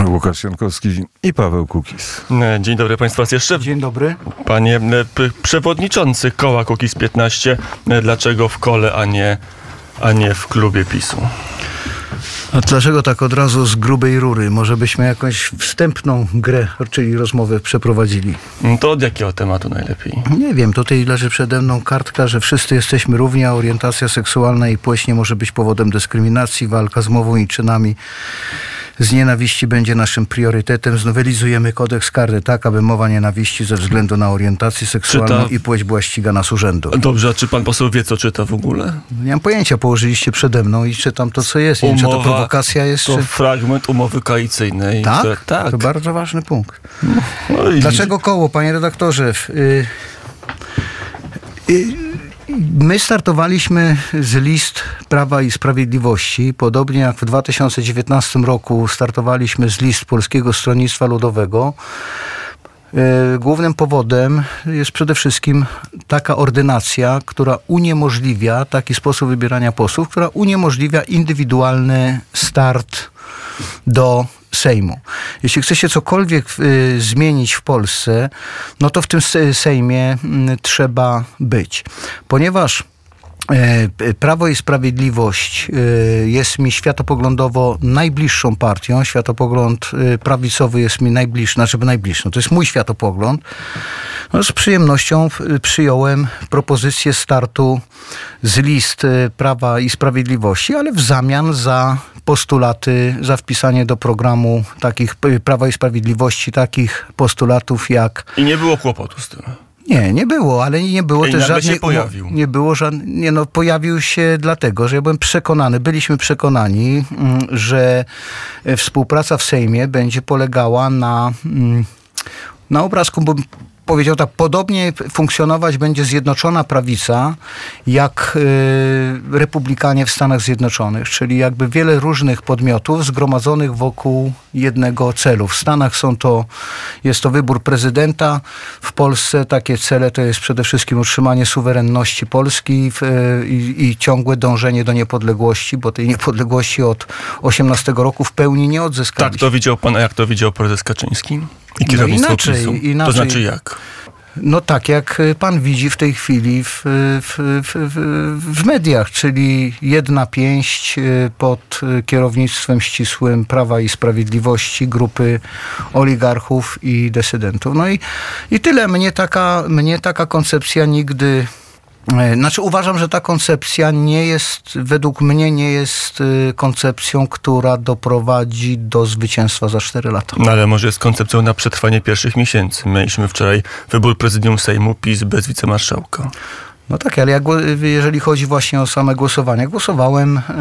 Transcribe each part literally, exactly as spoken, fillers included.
Łukasz Jankowski i Paweł Kukiz. Dzień dobry Państwu raz jeszcze. Dzień dobry. Panie p- przewodniczący koła Kukiz piętnaście, dlaczego w kole, a nie, a nie w klubie PiSu? A dlaczego tak od razu z grubej rury? Może byśmy jakąś wstępną grę, czyli rozmowę przeprowadzili? To od jakiego tematu najlepiej? Nie wiem, tutaj leży przede mną kartka, że wszyscy jesteśmy równi, a orientacja seksualna i płeć nie może być powodem dyskryminacji. Walka z mową i czynami z nienawiści będzie naszym priorytetem. Znowelizujemy kodeks karny tak, aby mowa nienawiści ze względu na orientację seksualną Czyta... i płeć była ścigana z urzędu. Dobrze, a czy pan poseł wie, co czyta w ogóle? Nie mam pojęcia, położyliście przede mną i czytam to, co jest. Nie Umowa, wiem, czy to prowokacja jest, to czy... fragment umowy koalicyjnej. Tak? To, tak. To bardzo ważny punkt. No i... Dlaczego koło, panie redaktorze? Y, y, My startowaliśmy z list Prawa i Sprawiedliwości, podobnie jak w dwa tysiące dziewiętnastym roku startowaliśmy z list Polskiego Stronnictwa Ludowego. Głównym powodem jest przede wszystkim taka ordynacja, która uniemożliwia, taki sposób wybierania posłów, która uniemożliwia indywidualny start do Sejmu. Jeśli chce się cokolwiek y, zmienić w Polsce, no to w tym Sejmie y, trzeba być. Ponieważ y, Prawo i Sprawiedliwość y, jest mi światopoglądowo najbliższą partią, światopogląd y, prawicowy jest mi najbliższy, znaczy najbliższy, no to jest mój światopogląd, no z przyjemnością y, przyjąłem propozycję startu z list y, Prawa i Sprawiedliwości, ale w zamian za postulaty, za wpisanie do programu takich Prawa i Sprawiedliwości, takich postulatów jak... I nie było kłopotu z tym. Nie, nie było, ale nie było I też żadnej... się pojawił. Nie było żadnej... Nie no, pojawił się dlatego, że ja byłem przekonany, byliśmy przekonani, że współpraca w Sejmie będzie polegała na... Na obrazku, bo powiedział tak, podobnie funkcjonować będzie Zjednoczona Prawica jak y, Republikanie w Stanach Zjednoczonych, czyli jakby wiele różnych podmiotów zgromadzonych wokół jednego celu. W Stanach są to, jest to wybór prezydenta, w Polsce takie cele to jest przede wszystkim utrzymanie suwerenności Polski w, y, i ciągłe dążenie do niepodległości, bo tej niepodległości od osiemnastego roku w pełni nie odzyskaliśmy. Tak to widział pan, a jak to widział prezes Kaczyński? I kierownictwo no inaczej, PiSu? inaczej. To znaczy jak? No tak, jak pan widzi w tej chwili w, w, w, w mediach, czyli jedna pięść pod kierownictwem ścisłym Prawa i Sprawiedliwości, grupy oligarchów i decydentów. No i, i tyle. Mnie taka, mnie taka koncepcja nigdy... Znaczy uważam, że ta koncepcja nie jest, według mnie nie jest koncepcją, która doprowadzi do zwycięstwa za cztery lata. No ale może jest koncepcją na przetrwanie pierwszych miesięcy. Mieliśmy wczoraj wybór prezydium Sejmu, PiS bez wicemarszałka. No tak, ale ja, jeżeli chodzi właśnie o same głosowania, głosowałem e,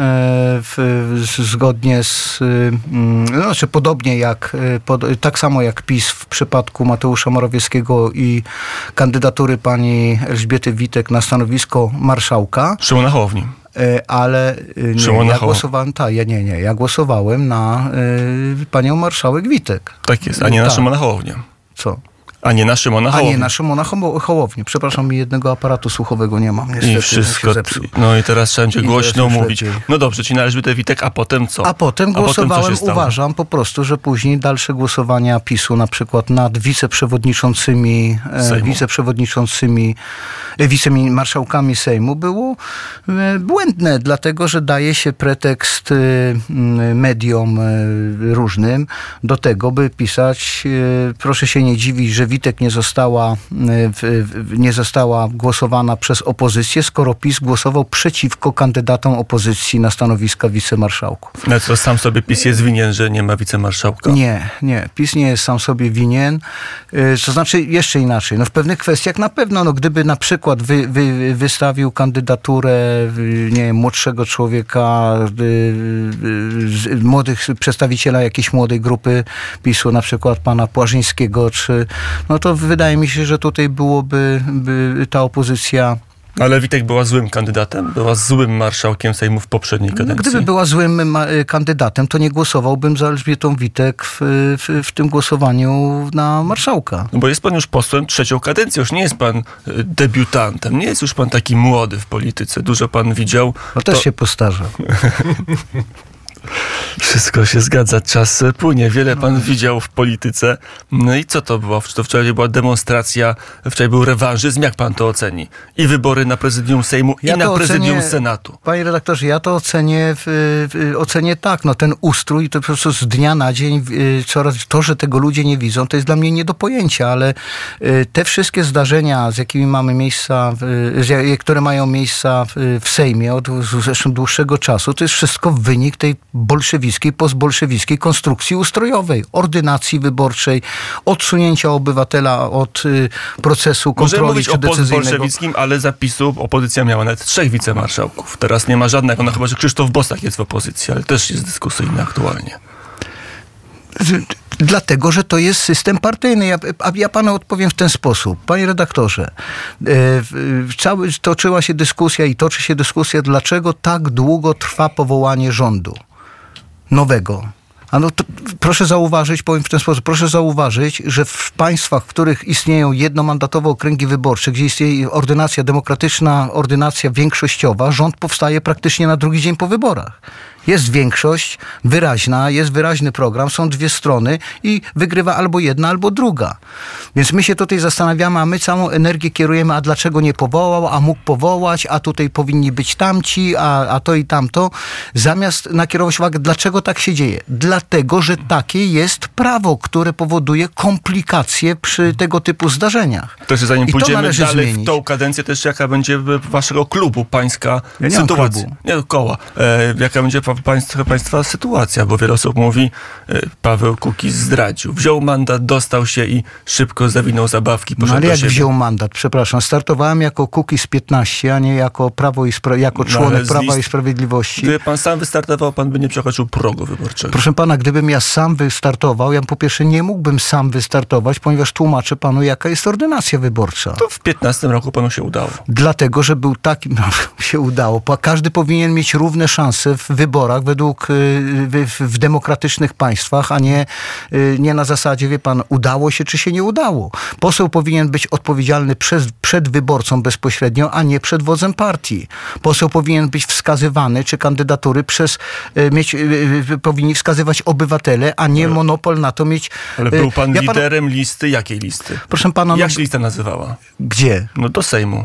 w, zgodnie z, no, znaczy podobnie jak, pod, tak samo jak PiS w przypadku Mateusza Morawieckiego i kandydatury pani Elżbiety Witek na stanowisko marszałka. Szymona Hołowni. Ale nie, ja głosowałem, tak, ja nie, nie, ja głosowałem na y, panią marszałek Witek. Tak jest, a nie na tak. Szymona Hołownię. Co? A nie na Szymona Hołownię. A nie na Szymona Hołownię. Przepraszam, mi jednego aparatu słuchowego nie mam. Niestety, I wszystko. No i teraz trzeba cię głośno mówić. Lepiej. No dobrze, czyli na Elżbietę Witek, a potem co? A potem a głosowałem, potem uważam po prostu, że później dalsze głosowania PiSu, na przykład nad wiceprzewodniczącymi, e, wiceprzewodniczącymi, e, wicemarszałkami Sejmu było e, błędne, dlatego, że daje się pretekst e, mediom e, różnym do tego, by pisać, e, proszę się nie dziwić, że Witek nie została, nie została głosowana przez opozycję, skoro PiS głosował przeciwko kandydatom opozycji na stanowiska wicemarszałków. No to sam sobie PiS jest winien, że nie ma wicemarszałka? Nie, nie. PiS nie jest sam sobie winien. To znaczy jeszcze inaczej. No w pewnych kwestiach na pewno, no gdyby na przykład wy, wy, wystawił kandydaturę nie wiem, młodszego człowieka, młodych przedstawiciela jakiejś młodej grupy PiSu, na przykład pana Płażyńskiego, czy no to wydaje mi się, że tutaj byłoby by ta opozycja... Ale Witek była złym kandydatem? Była złym marszałkiem Sejmu w poprzedniej kadencji? No, gdyby była złym ma- kandydatem, to nie głosowałbym za Elżbietą Witek w, w, w tym głosowaniu na marszałka. No bo jest pan już posłem trzecią kadencję, już nie jest pan debiutantem, nie jest już pan taki młody w polityce. Dużo pan widział. No też to... się postarza. Wszystko się zgadza, czas płynie. Wiele pan widział w polityce. No i co to było? To wczoraj była demonstracja, wczoraj był rewanżyzm. Jak pan to oceni? I wybory na prezydium Sejmu, Ja i na to prezydium ocenię, Senatu. Panie redaktorze, ja to ocenię, w, w, ocenię tak, no ten ustrój to po prostu z dnia na dzień y, coraz, to, że tego ludzie nie widzą, to jest dla mnie nie do pojęcia, ale y, te wszystkie zdarzenia, z jakimi mamy miejsca, y, z, które mają miejsca w, w Sejmie od zresztą dłuższego czasu, to jest wszystko wynik tej bolszewickiej, postbolszewickiej konstrukcji ustrojowej, ordynacji wyborczej, odsunięcia obywatela od y, procesu Możemy kontroli mówić czy o decyzyjnego. postbolszewickim, ale zapisu opozycja miała nawet trzech wicemarszałków. Teraz nie ma żadnego, no chyba, że Krzysztof Bosak jest w opozycji, ale też jest dyskusyjny aktualnie. Dlatego, że to jest system partyjny. Ja, a ja panu odpowiem w ten sposób. Panie redaktorze, e, cały, toczyła się dyskusja i toczy się dyskusja, dlaczego tak długo trwa powołanie rządu nowego. A no to proszę zauważyć, powiem w ten sposób, proszę zauważyć, że w państwach, w których istnieją jednomandatowe okręgi wyborcze, gdzie istnieje ordynacja demokratyczna, ordynacja większościowa, rząd powstaje praktycznie na drugi dzień po wyborach. Jest większość wyraźna, jest wyraźny program, są dwie strony i wygrywa albo jedna, albo druga. Więc my się tutaj zastanawiamy, a my całą energię kierujemy, a dlaczego nie powołał, a mógł powołać, a tutaj powinni być tamci, a, a to i tamto, zamiast nakierować uwagę, dlaczego tak się dzieje. Dlatego, że takie jest prawo, które powoduje komplikacje przy tego typu zdarzeniach. To jeszcze zanim I to pójdziemy należy dalej zmienić. w tą kadencję, też jaka będzie waszego klubu, pańska Ja nie mam sytuacja. klubu. Nie, koła. E, jaka będzie pa, państwa, państwa sytuacja, bo wiele osób mówi, e, Paweł Kukiz zdradził. Wziął mandat, dostał się i szybko zawinął zabawki, No poszedł ale do jak siebie. wziął mandat? Przepraszam, startowałem jako Kukiz piętnaście, a nie jako, Prawo i Spra- jako No, członek ale z Prawa list- i Sprawiedliwości. Gdyby pan sam wystartował, pan by nie przekroczył progu wyborczego. Proszę pana, gdybym ja sam wystartował, ja po pierwsze nie mógłbym sam wystartować, ponieważ tłumaczę panu, jaka jest ordynacja wyborcza. To w piętnastym roku panu się udało. Dlatego, że był taki, no, się udało. Po- Każdy powinien mieć równe szanse w wyborach według, y, w, w demokratycznych państwach, a nie, y, nie na zasadzie, wie pan, udało się czy się nie udało. Poseł powinien być odpowiedzialny przez, przed wyborcą bezpośrednio, a nie przed wodzem partii. Poseł powinien być wskazywany, czy kandydatury przez, y, mieć, y, y, powinni wskazywać obywatele, a nie monopol na to mieć. Ale y, był pan ja panu- liderem listy. Jakiej listy? Proszę pana, no, Jak się lista nazywała? gdzie? No do Sejmu.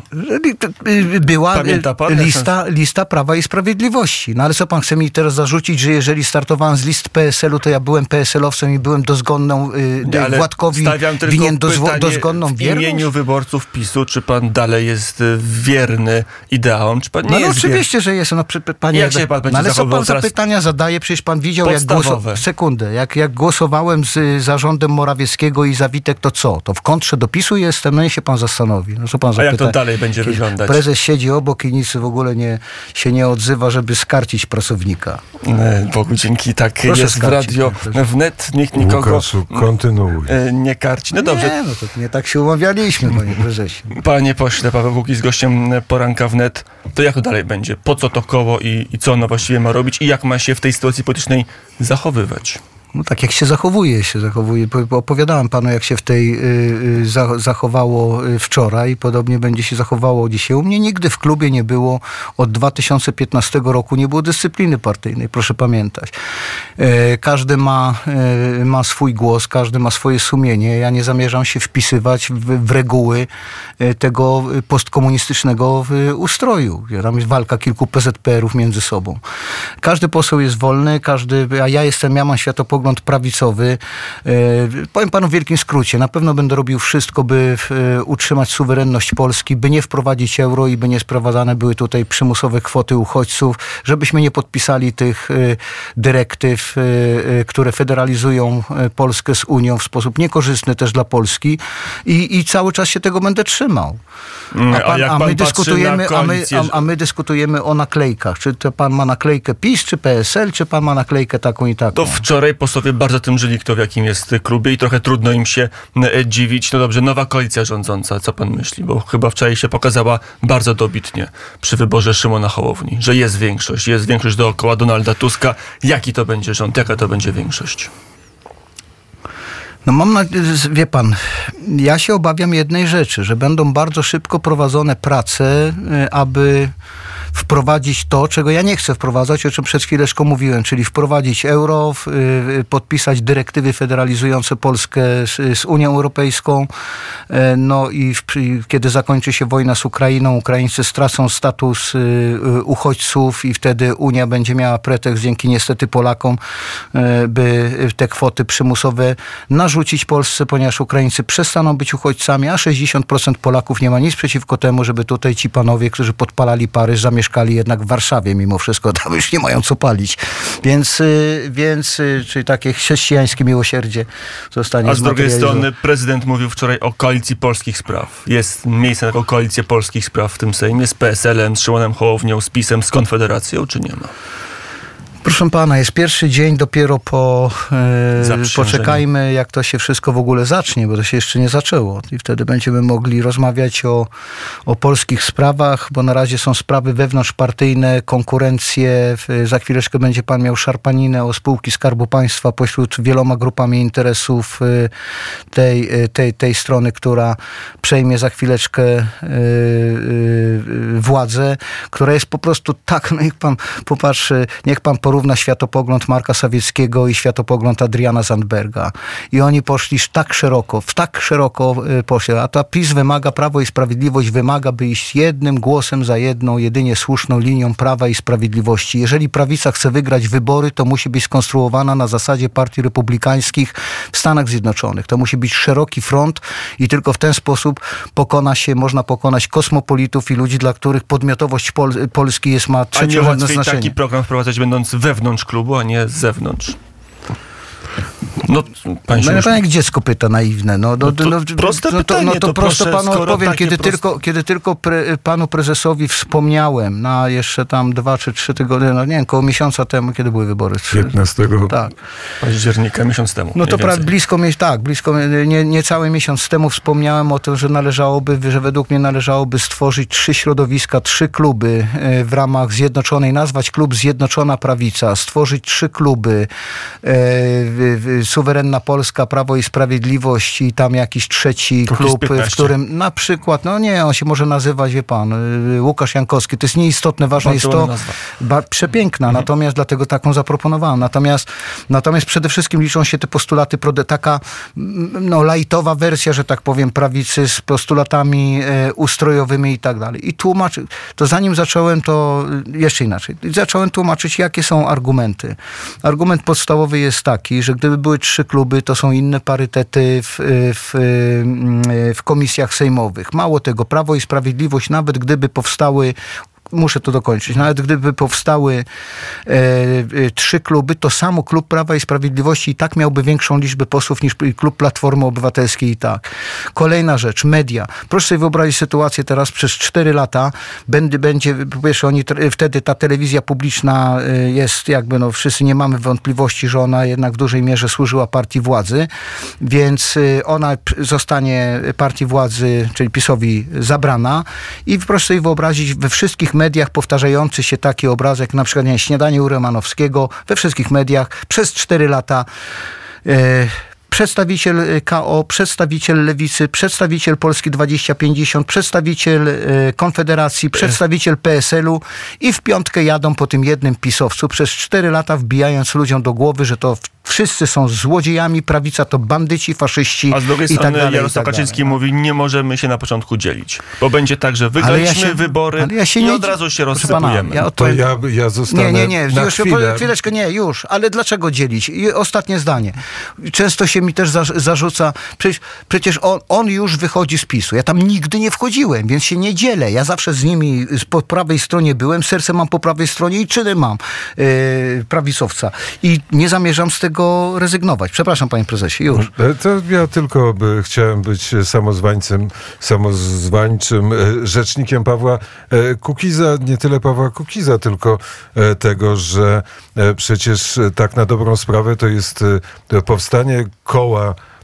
Była Pamięta pan? lista, lista Prawa i Sprawiedliwości. No ale co pan chce mi teraz zarzucić, że jeżeli startowałem z list P S L u, to ja byłem P S L owcem i byłem dozgonną, Nie, ale Władkowi stawiam tylko winien dozwo- pytanie dozgonną w wierność? imieniu wyborców PiSu, czy pan dalej jest y, wierny ideałom, czy pan nie No, no jest oczywiście, że jestem. No, przy- panie, Jak się pan będzie no, ale co zachowywał pan za teraz? pytania zadaje? Przecież pan widział, jak Podstawowe. głosowałem. Sekundę. Jak, jak głosowałem z y, zarządem Morawieckiego i za Witek, to co? To w kontrze do PiSu jestem? No niech się pan zastanowi. No, co pan A jak zapyta? to dalej będzie wyglądać? Prezes siedzi obok i nic w ogóle nie, się nie odzywa, żeby skarcić pracownika. E, Bogu dzięki, tak Proszę jest w skarcić, radio proszę. wnet, nikt nikogo Łukaszu, kontynuuj. e, nie karci. No dobrze, Nie, no to nie tak się umawialiśmy, panie prezesie. panie pośle, Paweł Kukiz, gościem Poranka wnet, to jak to dalej będzie? Po co to koło i, i co ono właściwie ma robić i jak ma się w tej sytuacji politycznej zachowywać? No tak jak się zachowuje, się zachowuje. Po- po- Opowiadałem panu, jak się w tej y, y, za, zachowało y, wczoraj. Podobnie będzie się zachowało dzisiaj. U mnie nigdy w klubie nie było, od dwa tysiące piętnastego roku nie było dyscypliny partyjnej, proszę pamiętać. E, każdy ma, e, ma swój głos, każdy ma swoje sumienie. Ja nie zamierzam się wpisywać w, w reguły e, tego postkomunistycznego e, ustroju. Tam jest walka kilku P Z P erów między sobą. Każdy poseł jest wolny, każdy, a ja jestem, ja mam światopogląd prawicowy. E, powiem panu w wielkim skrócie, na pewno będę robił wszystko, by e, utrzymać suwerenność Polski, by nie wprowadzić euro i by nie sprowadzane były tutaj przymusowe kwoty uchodźców, żebyśmy nie podpisali tych e, dyrektyw, e, e, które federalizują e, Polskę z Unią w sposób niekorzystny też dla Polski i, i cały czas się tego będę trzymał. A, pan, jak a, pan my patrzy dyskutujemy, na a, my, koalicję, a, a my dyskutujemy o naklejkach. Czy to pan ma naklejkę PiS, czy P S L, czy pan ma naklejkę taką i taką? To wczoraj posłowie bardzo tym żyli, kto w jakim jest klubie i trochę trudno im się e, dziwić. No dobrze, nowa koalicja rządząca, co pan myśli? Bo chyba wczoraj się pokazała bardzo dobitnie przy wyborze Szymona Hołowni, że jest większość, jest większość dookoła Donalda Tuska. Jaki to będzie rząd, jaka to będzie większość? No mam nadzieję, wie pan, ja się obawiam jednej rzeczy, że będą bardzo szybko prowadzone prace, y, aby wprowadzić to, czego ja nie chcę wprowadzać, o czym przed chwileczką mówiłem, czyli wprowadzić euro, podpisać dyrektywy federalizujące Polskę z, z Unią Europejską. No i w, kiedy zakończy się wojna z Ukrainą, Ukraińcy stracą status uchodźców i wtedy Unia będzie miała pretekst, dzięki niestety Polakom, by te kwoty przymusowe narzucić Polsce, ponieważ Ukraińcy przestaną być uchodźcami, a sześćdziesiąt procent Polaków nie ma nic przeciwko temu, żeby tutaj ci panowie, którzy podpalali Paryż, zamieszkali jednak w Warszawie mimo wszystko. Tam już nie mają co palić. Więc, więc czyli takie chrześcijańskie miłosierdzie zostanie A z drugiej strony prezydent mówił wczoraj o koalicji polskich spraw. Jest miejsce na koalicję polskich spraw w tym Sejmie z P S L-em, z Szymonem Hołownią, z PiS-em, z Konfederacją, czy nie ma? Proszę pana, jest pierwszy dzień, dopiero po... E, poczekajmy, jak to się wszystko w ogóle zacznie, bo to się jeszcze nie zaczęło. I wtedy będziemy mogli rozmawiać o, o polskich sprawach, bo na razie są sprawy wewnątrzpartyjne, konkurencje. Za chwileczkę będzie pan miał szarpaninę o spółki Skarbu Państwa pośród wieloma grupami interesów tej, tej, tej strony, która przejmie za chwileczkę e, e, władzę, która jest po prostu tak, no niech pan popatrzy, niech pan porówna równa światopogląd Marka Sawieckiego i światopogląd Adriana Zandberga. I oni poszli tak szeroko, w tak szeroko poszli. A to PiS wymaga, Prawo i Sprawiedliwość wymaga, by iść jednym głosem za jedną, jedynie słuszną linią Prawa i Sprawiedliwości. Jeżeli prawica chce wygrać wybory, to musi być skonstruowana na zasadzie partii republikańskich w Stanach Zjednoczonych. To musi być szeroki front i tylko w ten sposób pokona się, można pokonać kosmopolitów i ludzi, dla których podmiotowość Pol- Polski jest, ma trzeciorzędne znaczenie. A nie łatwiej taki program wprowadzać, będąc wewnątrz klubu, a nie z zewnątrz. No, pan się no, już... pan jak dziecko pyta naiwne. No, no, no, no, proste no, pytanie. No to, to prosto proszę, panu odpowiem, kiedy proste... tylko, kiedy tylko pre, panu prezesowi wspomniałem na jeszcze tam dwa czy trzy tygodnie, no nie wiem, koło miesiąca temu, kiedy były wybory? piętnastego Tak. października, miesiąc temu. No to pra, blisko, tak, blisko, nie, niecały miesiąc temu wspomniałem o tym, że należałoby, że według mnie należałoby stworzyć trzy środowiska, trzy kluby w ramach zjednoczonej, nazwać klub Zjednoczona Prawica, stworzyć trzy kluby, e, Suwerenna Polska, Prawo i Sprawiedliwość i tam jakiś trzeci klub, w którym na przykład, no nie, on się może nazywać, wie pan, Łukasz Jankowski, to jest nieistotne, ważne jest to, ba, przepiękna, mhm. natomiast dlatego taką zaproponowałem. Natomiast, natomiast przede wszystkim liczą się te postulaty, taka no, lajtowa wersja, że tak powiem, prawicy z postulatami e, ustrojowymi i tak dalej. I tłumaczy, to zanim zacząłem, to jeszcze inaczej. Zacząłem tłumaczyć, jakie są argumenty. Argument podstawowy jest taki, że gdyby były trzy kluby, to są inne parytety w, w, w komisjach sejmowych. Mało tego, Prawo i Sprawiedliwość, nawet gdyby powstały, muszę to dokończyć, nawet gdyby powstały e, e, trzy kluby, to samo klub Prawa i Sprawiedliwości i tak miałby większą liczbę posłów niż klub Platformy Obywatelskiej i tak. Kolejna rzecz, media. Proszę sobie wyobrazić sytuację teraz przez cztery lata, będzie, będzie po pierwsze, oni, wtedy ta telewizja publiczna jest jakby, no wszyscy nie mamy wątpliwości, że ona jednak w dużej mierze służyła partii władzy, więc ona zostanie partii władzy, czyli PiS-owi zabrana i proszę sobie wyobrazić we wszystkich mediach powtarzający się taki obrazek, na przykład nie, śniadanie u Romanowskiego, we wszystkich mediach przez cztery lata e, przedstawiciel K O, przedstawiciel Lewicy, przedstawiciel Polski dwadzieścia pięćdziesiąt, przedstawiciel e, Konfederacji, przedstawiciel P S L u i w piątkę jadą po tym jednym pisowcu przez cztery lata, wbijając ludziom do głowy, że to wszyscy są złodziejami, prawica to bandyci, faszyści i tak dalej. A z drugiej strony tak Jarosław tak Kaczyński mówi, nie możemy się na początku dzielić, bo będzie tak, że wygraliśmy ja się, wybory ja się i nie, od razu się rozsypujemy. Pana, ja, to ja, ja zostanę Nie, nie, nie, na już, chwilę. chwileczkę, nie, już, ale dlaczego dzielić? I ostatnie zdanie. Często się mi też za, zarzuca, przecież, przecież on, on już wychodzi z PiS-u. Ja tam nigdy nie wchodziłem, więc się nie dzielę. Ja zawsze z nimi po prawej stronie byłem, serce mam po prawej stronie i czyny mam yy, prawicowca. I nie zamierzam z tego rezygnować. Przepraszam, panie prezesie, już. To ja tylko by, chciałem być samozwańcem, samozwańczym rzecznikiem Pawła Kukiza, nie tyle Pawła Kukiza, tylko tego, że przecież tak na dobrą sprawę to jest powstanie koła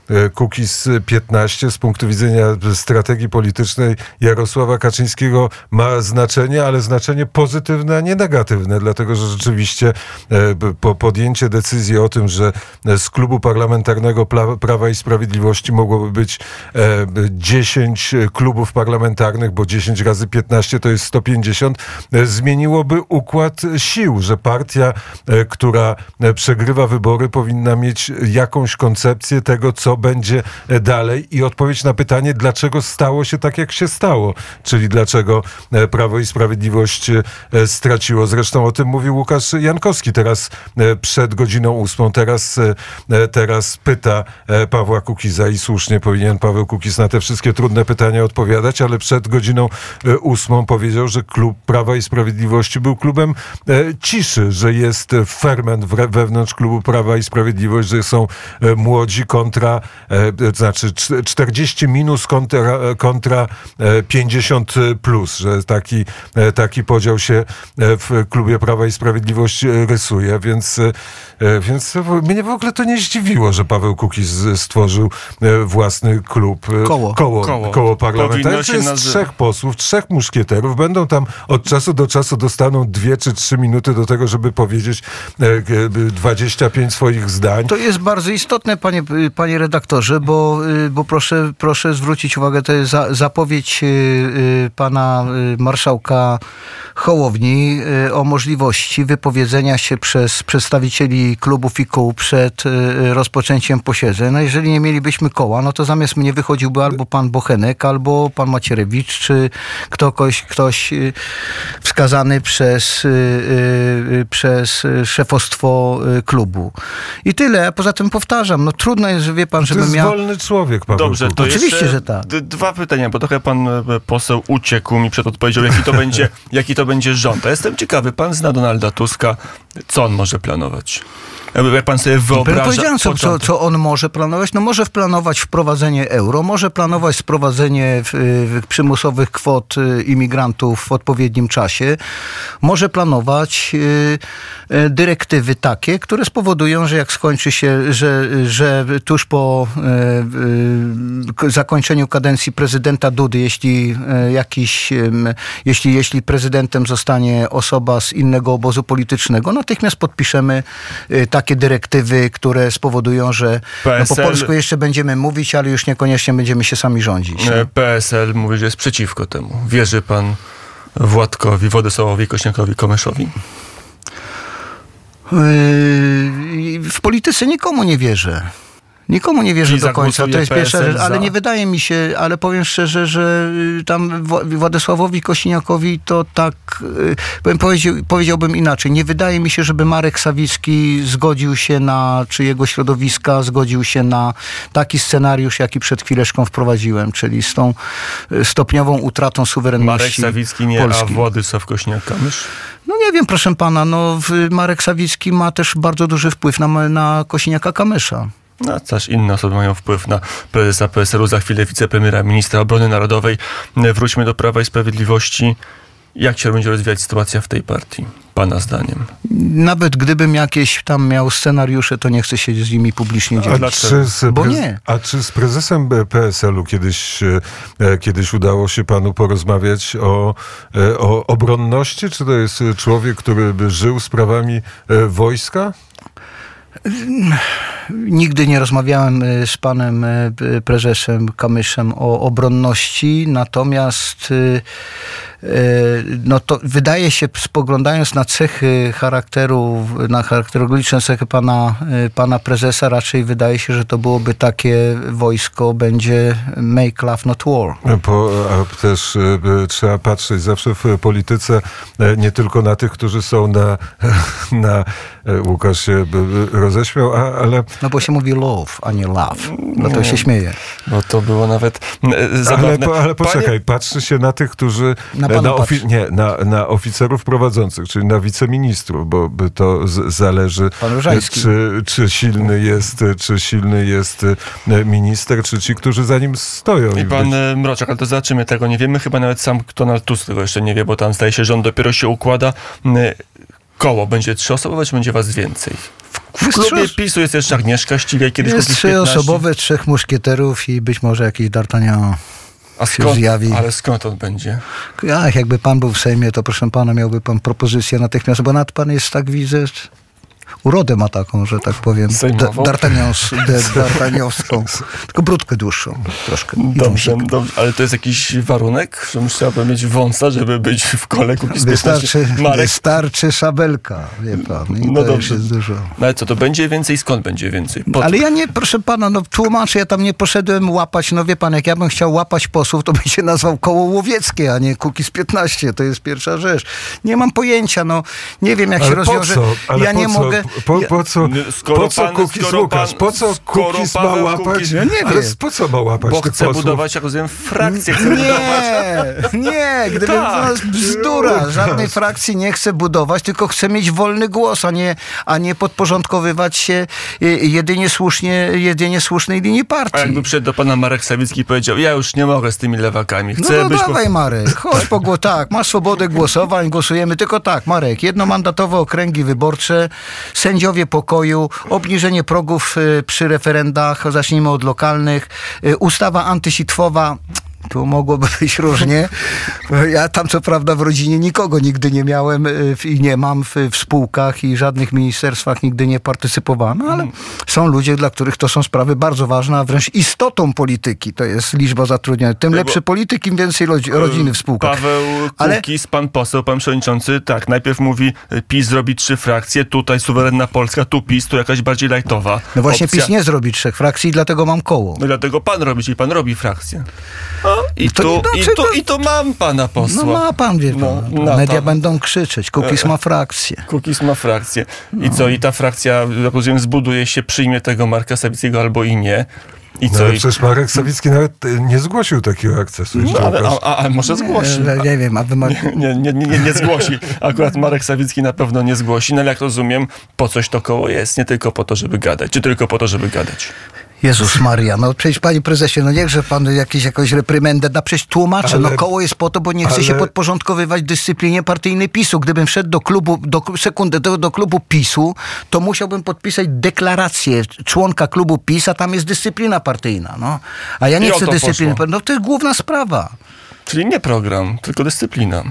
Kukiz piętnaście z punktu widzenia strategii politycznej Jarosława Kaczyńskiego ma znaczenie, ale znaczenie pozytywne, a nie negatywne, dlatego że rzeczywiście po podjęcie decyzji o tym, że z klubu parlamentarnego Prawa i Sprawiedliwości mogłoby być dziesięć klubów parlamentarnych, bo dziesięć razy piętnaście to jest sto pięćdziesiąt, zmieniłoby układ sił, że partia, która przegrywa wybory, powinna mieć jakąś koncepcję tego, co będzie dalej i odpowiedź na pytanie, dlaczego stało się tak, jak się stało, czyli dlaczego Prawo i Sprawiedliwość straciło. Zresztą o tym mówił Łukasz Jankowski teraz przed godziną ósmą. Teraz, teraz pyta Pawła Kukiza i słusznie powinien Paweł Kukiz na te wszystkie trudne pytania odpowiadać, ale przed godziną ósmą powiedział, że klub Prawa i Sprawiedliwości był klubem ciszy, że jest ferment wewnątrz klubu Prawa i Sprawiedliwość, że są młodzi kontra, to znaczy czterdzieści minus kontra, kontra pięćdziesiąt plus, że taki, taki podział się w klubie Prawa i Sprawiedliwość rysuje, więc, więc mnie w ogóle to nie zdziwiło, że Paweł Kukiz stworzył własny klub. Koło. Koło, koło. koło parlamentarne. To jest nazy- trzech posłów, trzech muszkieterów. Będą tam od czasu do czasu dostaną dwie czy trzy minuty do tego, żeby powiedzieć dwadzieścia pięć swoich zdań. To jest bardzo istotne, panie, panie redaktorze, bo, bo proszę, proszę zwrócić uwagę, to jest za, zapowiedź pana marszałka Hołowni o możliwości wypowiedzenia się przez przedstawicieli klubów i kół przed rozpoczęciem posiedzeń. No jeżeli nie mielibyśmy koła, no to zamiast mnie wychodziłby albo pan Bochenek, albo pan Macierewicz, czy ktoś, ktoś wskazany przez, przez szefostwo klubu. I tyle. A poza tym powtarzam, no trudno jest, wie pan, To żebym jest miał... wolny człowiek, Paweł Dobrze, Kukiz. to Oczywiście, jeszcze że tak. d- dwa pytania, bo trochę pan e, poseł uciekł mi przed odpowiedzią, jaki to będzie, jaki to będzie rząd. A jestem ciekawy, pan zna Donalda Tuska, co on może planować? Jak pan sobie wyobraża... Powiedziałem, co, co, co on może planować. No może planować wprowadzenie euro, może planować sprowadzenie w, w przymusowych kwot imigrantów w odpowiednim czasie, może planować y, y, dyrektywy takie, które spowodują, że jak skończy się, że, że tuż po y, y, zakończeniu kadencji prezydenta Dudy, jeśli y, jakiś, y, jeśli, jeśli prezydentem zostanie osoba z innego obozu politycznego, natychmiast podpiszemy y, takie dyrektywy, które spowodują, że P S L... no po polsku jeszcze będziemy mówić, ale już niekoniecznie będziemy się sami rządzić. E, P S L mówi, że jest przeciwko temu. Wierzy pan Władkowi, Władysławowi Kośniakowi-Kamyszowi? Yy, w polityce nikomu nie wierzę. Nikomu nie wierzę Czyli do końca. To jest pierwsza rzecz, ale za. nie wydaje mi się, ale powiem szczerze, że tam Władysławowi Kosiniakowi to tak, powiem, powiedział, powiedziałbym inaczej. Nie wydaje mi się, żeby Marek Sawicki zgodził się na, czy jego środowiska zgodził się na taki scenariusz, jaki przed chwileczką wprowadziłem, czyli z tą stopniową utratą suwerenności Marek Sawicki nie, Polski. a Władysław Kośniak-Kamysz? No nie wiem, proszę pana, no Marek Sawicki ma też bardzo duży wpływ na, na Kosiniaka-Kamysza. No, też inne osoby mają wpływ na prezesa P S L u, za chwilę wicepremiera, ministra obrony narodowej. Wróćmy do Prawa i Sprawiedliwości. Jak się będzie rozwijać sytuacja w tej partii, pana zdaniem? Nawet gdybym jakieś tam miał scenariusze, to nie chcę się z nimi publicznie dzielić. A czy, z Bo prez- nie. a czy z prezesem P S L u kiedyś, e, kiedyś udało się panu porozmawiać o, e, o obronności? Czy to jest człowiek, który by żył sprawami e, wojska? Nigdy nie rozmawiałem z panem prezesem Kamyszem o obronności, natomiast no to wydaje się, spoglądając na cechy charakteru, na charakterologiczne cechy pana, pana prezesa, raczej wydaje się, że to byłoby takie wojsko, będzie make love not war. Po, a też e, trzeba patrzeć zawsze w polityce e, nie tylko na tych, którzy są na, na e, Łukasz się e, roześmiał, a, ale... No bo się mówi love, a nie love. No to się śmieje. Bo to było nawet e, zabawne. Ale, po, ale poczekaj, Panie... patrzy się na tych, którzy... Na e, pana na, ofi- nie, na, na oficerów prowadzących, czyli na wiceministrów, bo by to z, zależy, Pan Różański. czy, czy silny jest, czy silny jest e, minister, czy ci, którzy za nim stoją. I pan e, Mroczek, ale to zobaczymy, tego nie wiemy. Chyba nawet sam Donald Tusk tego jeszcze nie wie, bo tam zdaje się, że on dopiero się układa. E, Koło będzie trzyosobowe, czy będzie was więcej? W klubie PiSu jest jeszcze Agnieszka Ścigaj, kiedyś jest trzyosobowe, trzech muszkieterów i być może jakiś D'Artagnan. A skąd, ale skąd on będzie? Ach, jakby pan był w Sejmie, to proszę pana, miałby pan propozycję natychmiast, bo nad pan jest tak, widzę, urodę ma taką, że tak powiem, d'Artagnowską, tylko brudkę dłuższą troszkę. Dobrze, dobrze, ale to jest jakiś warunek, że musiałby mieć wąsa, żeby być w kole Kukiz Wystarczy, wystarczy szabelka, wie pan, i no to dobrze. już jest dużo. No ale co, to będzie więcej? Skąd będzie więcej? Po ale ja nie, proszę pana, no tłumaczę, ja tam nie poszedłem łapać, no wie pan, jak ja bym chciał łapać posłów, to by się nazwał Koło Łowieckie, a nie Kukiz piętnaście, to jest pierwsza rzecz. Nie mam pojęcia, no, nie wiem jak ale się rozwiąże. Ja nie co? mogę... Po, po co, skoro po co pan, Kukiz, skoro Łukasz, po co Kukiz ma łapać? Kukiz, ja nie ale wiem. po co ma łapać Bo tych chce posłów? budować, jak rozumiem, frakcję. Chce nie, budować. nie, gdyby Tak. to jest bzdura. Żadnej frakcji nie chce budować, tylko chce mieć wolny głos, a nie, a nie podporządkowywać się jedynie słusznie, jedynie słusznej linii partii. A jakby przyszedł do pana Marek Sawicki i powiedział, ja już nie mogę z tymi lewakami. Chcę no to być dawaj po... Marek, chodź po gło- tak, masz swobodę głosowań, głosujemy, tylko tak, Marek, jednomandatowe okręgi wyborcze, sędziowie pokoju, obniżenie progów y, przy referendach, zacznijmy od lokalnych, y, ustawa antysitwowa. Tu mogłoby być różnie. Ja tam co prawda w rodzinie nikogo nigdy nie miałem i nie mam w, w spółkach i żadnych ministerstwach nigdy nie partycypowałem, no, ale są ludzie, dla których to są sprawy bardzo ważne, a wręcz istotą polityki to jest liczba zatrudnionych. Tym lepszy polityk, im więcej rodziny w spółkach. Paweł Kukiz, ale... pan poseł, pan przewodniczący, tak, najpierw mówi PiS zrobi trzy frakcje, tutaj suwerenna Polska, tu PiS, tu jakaś bardziej lajtowa. No właśnie opcja. PiS nie zrobi trzech frakcji, dlatego mam koło. No dlatego pan robi, czyli pan robi frakcję. No, i, to tu, nie, i, znaczy, tu, I tu mam pana posła. No ma pan, wie pan. No, no, media pan. będą krzyczeć. Kukiz ma frakcję. Kukiz ma frakcję. I No. co? I ta frakcja, jak rozumiem, zbuduje się, przyjmie tego Marka Sawickiego albo i nie. I No, co? ale I... przecież Marek Sawicki nawet nie zgłosił takiego akcesu. No, ale, a, a, a może zgłosi. Nie, nie wiem, a wy ma... nie, nie, nie, nie, nie zgłosi. Akurat Marek Sawicki na pewno nie zgłosi, no ale jak rozumiem, po coś to koło jest. Nie tylko po to, żeby gadać. Czy tylko po to, żeby gadać. Jezus Maria, no przecież panie prezesie, no niechże pan jakieś, jakąś reprymendę da, przecież tłumaczę, Ale- no koło jest po to, bo nie chce ale- się podporządkowywać dyscyplinie partyjnej PiSu. Gdybym wszedł do klubu, do, sekundę, do, do klubu PiSu, to musiałbym podpisać deklarację członka klubu PiS, a tam jest dyscyplina partyjna, no. A ja nie I o chcę to dyscypliny, poszło. no to jest główna sprawa. Czyli nie program, tylko dyscyplina.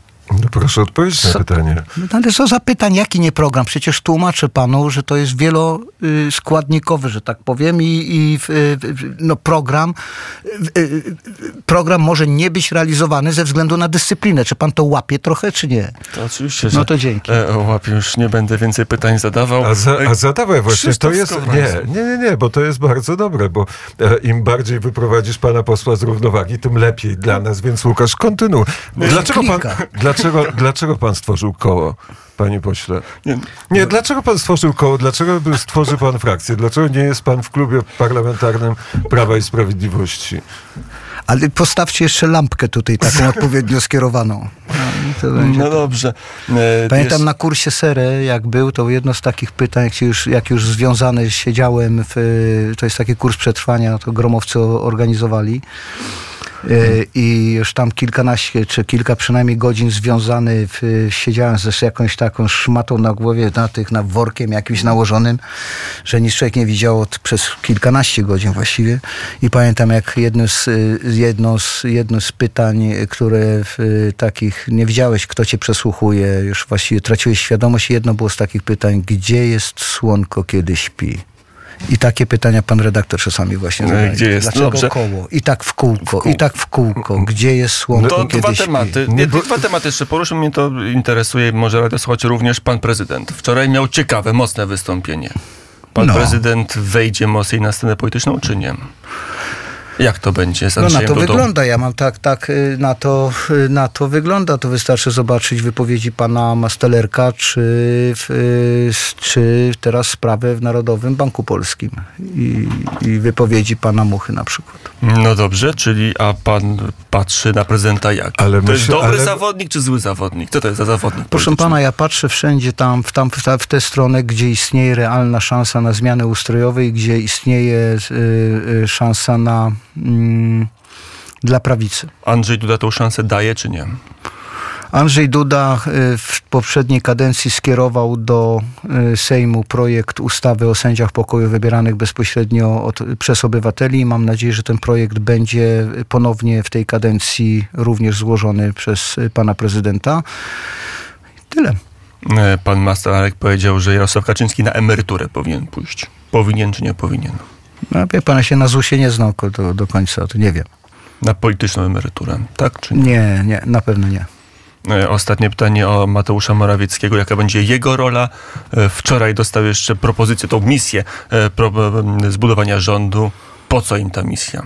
No proszę odpowiedzieć na Co- pytanie. No, ale co za pytań, jaki nie program? Przecież tłumaczę panu, że to jest wieloskładnikowy, że tak powiem, i, i y, y, no, program, y, y, program może nie być realizowany ze względu na dyscyplinę. Czy pan to łapie trochę, czy nie? To oczywiście, że No to dzięki. E, o łapie już nie będę więcej pytań zadawał. A, za, a zadawaj właśnie, Krzysztof to jest... Skowroński. Nie, nie, nie, nie, bo to jest bardzo dobre, bo e, im bardziej wyprowadzisz pana posła z równowagi, tym lepiej dla nas, więc Łukasz, kontynuuj. Dlaczego pan, klika. dlaczego, dlaczego pan stworzył koło, panie pośle? Nie, Nie, dlaczego pan stworzył koło? Dlaczego stworzy pan frakcję? Dlaczego nie jest pan w klubie parlamentarnym Prawa i Sprawiedliwości? Ale postawcie jeszcze lampkę tutaj, taką odpowiednio skierowaną. No, i to będzie... No dobrze. E, Pamiętam jest- na kursie Serę, jak był, to jedno z takich pytań, jak, się już, jak już związany siedziałem, w, to jest taki kurs przetrwania, to gromowcy organizowali. Y, I już tam kilkanaście, czy kilka przynajmniej godzin związany, w, siedziałem z jakąś taką szmatą na głowie, na tych, na workiem jakimś nałożonym, że nic człowiek nie widział od, przez kilkanaście godzin właściwie. I pamiętam, jak jedno z, y, jedno z, jedno z pytań, które w, takich, nie wiedziałeś, kto cię przesłuchuje, już właściwie traciłeś świadomość. Jedno było z takich pytań, gdzie jest słonko, kiedy śpi? I takie pytania pan redaktor czasami właśnie No i zadaje. gdzie jest? Dlaczego Dobrze. koło? I tak w kółko, W kółko. i tak w kółko. Gdzie jest słonko, To kiedy dwa śpi? tematy. Nie, dwa tematy jeszcze poruszył, mnie to interesuje, może radio słuchaczy również pan prezydent. Wczoraj miał ciekawe, mocne wystąpienie. Pan No. prezydent wejdzie mocniej na scenę polityczną, czy nie? Jak to będzie z No na Andrzejem to Dudą? wygląda, ja mam tak, tak, y, na to, y, na to wygląda. To wystarczy zobaczyć wypowiedzi pana Mastelerka, czy, w, y, czy teraz sprawę w Narodowym Banku Polskim i, i wypowiedzi pana Muchy na przykład. No dobrze, czyli a pan patrzy na prezydenta jak? Ale to jest myślę- dobry ale- zawodnik czy zły zawodnik? Co to jest za zawodnik Proszę polityczny? pana, ja patrzę wszędzie tam, w, tam w, ta, w tę stronę, gdzie istnieje realna szansa na zmiany ustrojowe i gdzie istnieje y, y, szansa na mm, dla prawicy. Andrzej Duda tą szansę daje, czy nie? Andrzej Duda w poprzedniej kadencji skierował do Sejmu projekt ustawy o sędziach pokoju wybieranych bezpośrednio od, przez obywateli. Mam nadzieję, że ten projekt będzie ponownie w tej kadencji również złożony przez pana prezydenta. Tyle. Pan Mastalarek powiedział, że Jarosław Kaczyński na emeryturę powinien pójść. Powinien czy nie powinien? No, wie pan, ja się na zusie nie znam do, do końca, to nie wiem. Na polityczną emeryturę, tak czy nie? Nie, nie, na pewno nie. Ostatnie pytanie o Mateusza Morawieckiego. Jaka będzie jego rola? Wczoraj dostał jeszcze propozycję, tą misję pro, zbudowania rządu. Po co im ta misja?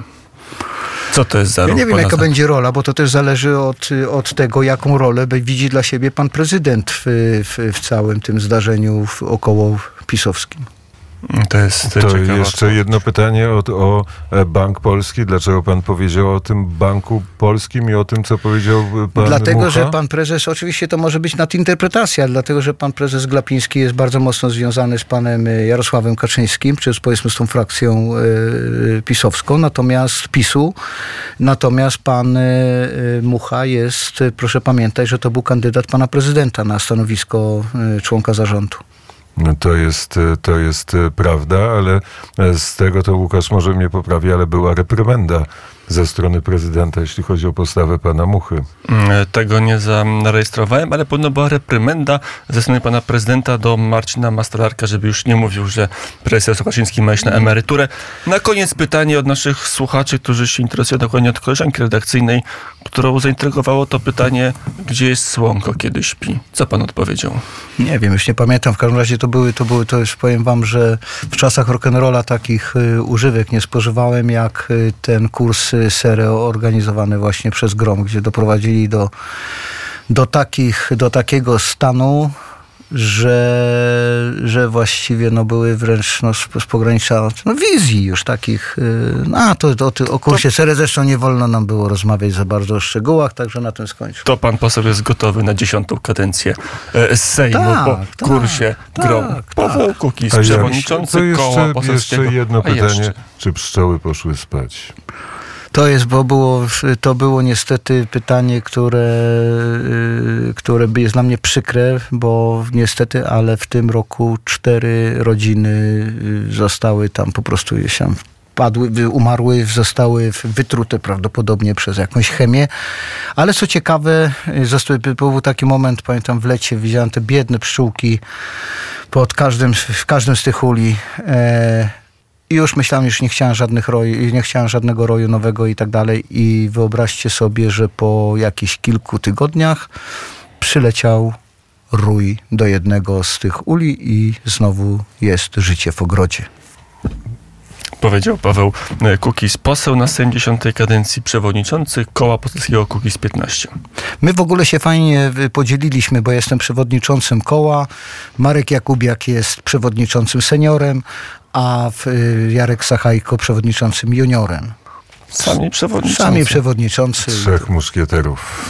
Co to jest za Ja ruch? nie wiem, jaka zna- będzie rola, bo to też zależy od, od tego, jaką rolę widzi dla siebie pan prezydent w, w, w całym tym zdarzeniu w, około pisowskim. To jest To ciekawe. jeszcze jedno pytanie o, o Bank Polski. Dlaczego pan powiedział o tym Banku Polskim i o tym, co powiedział pan Dlatego, Mucha? że pan prezes, oczywiście to może być nadinterpretacja, dlatego, że pan prezes Glapiński jest bardzo mocno związany z panem Jarosławem Kaczyńskim, czy z, powiedzmy z tą frakcją y, pisowską, natomiast PiSu, natomiast pan y, Mucha jest, proszę pamiętać, że to był kandydat pana prezydenta na stanowisko y, członka zarządu. No to jest, to jest prawda, ale z tego to Łukasz może mnie poprawi, ale była reprymenda ze strony prezydenta, jeśli chodzi o postawę pana Muchy. Tego nie zarejestrowałem, ale podobno była reprymenda ze strony pana prezydenta do Marcina Mastalarka, żeby już nie mówił, że prezes Jarosław Kaczyński ma iść na emeryturę. Na koniec pytanie od naszych słuchaczy, którzy się interesują dokładnie od koleżanki redakcyjnej, którą zaintrygowało to pytanie, gdzie jest słonko, kiedy śpi? Co pan odpowiedział? Nie wiem, już nie pamiętam. W każdym razie to były, to były, to już powiem wam, że w czasach rock'n'rolla takich y, używek nie spożywałem, jak y, ten kurs y, Sereo organizowany właśnie przez Grom, gdzie doprowadzili do, do takich, do takiego stanu, że, że właściwie no, były wręcz no, z, z pogranicza no, wizji już takich. Y, a to, to, to o kursie Sereo zresztą nie wolno nam było rozmawiać za bardzo o szczegółach, także na tym skończę. To pan poseł jest gotowy na dziesiątą kadencję e, z Sejmu Tak, po tak, kursie tak, Grom. tak. Paweł Kukiz, A ja- przewodniczący to koła jeszcze, poselskiego. jeszcze jedno A pytanie. jeszcze. Czy pszczoły poszły spać? To jest, bo było, to było niestety pytanie, które, y, które jest dla mnie przykre, bo niestety, ale w tym roku cztery rodziny y, zostały tam po prostu gdzieś tam padły, wy- umarły, zostały wytrute prawdopodobnie przez jakąś chemię. Ale co ciekawe, y, zostały, był taki moment, pamiętam w lecie, widziałem te biedne pszczółki pod każdym, w każdym z tych uli. E, I już myślałem, już nie chciałem żadnych roju, nie chciałem żadnego roju nowego i tak dalej. I wyobraźcie sobie, że po jakichś kilku tygodniach przyleciał rój do jednego z tych uli i znowu jest życie w ogrodzie. Powiedział Paweł Kukiz, poseł na Sejm dziesiątej kadencji, przewodniczący koła poselskiego Kukiz piętnaście. My w ogóle się fajnie y, podzieliliśmy, bo ja jestem przewodniczącym koła, Marek Jakubiak jest przewodniczącym seniorem, a y, Jarek Sachajko przewodniczącym juniorem. Sami przewodniczący. Sami przewodniczący. Trzech muszkieterów.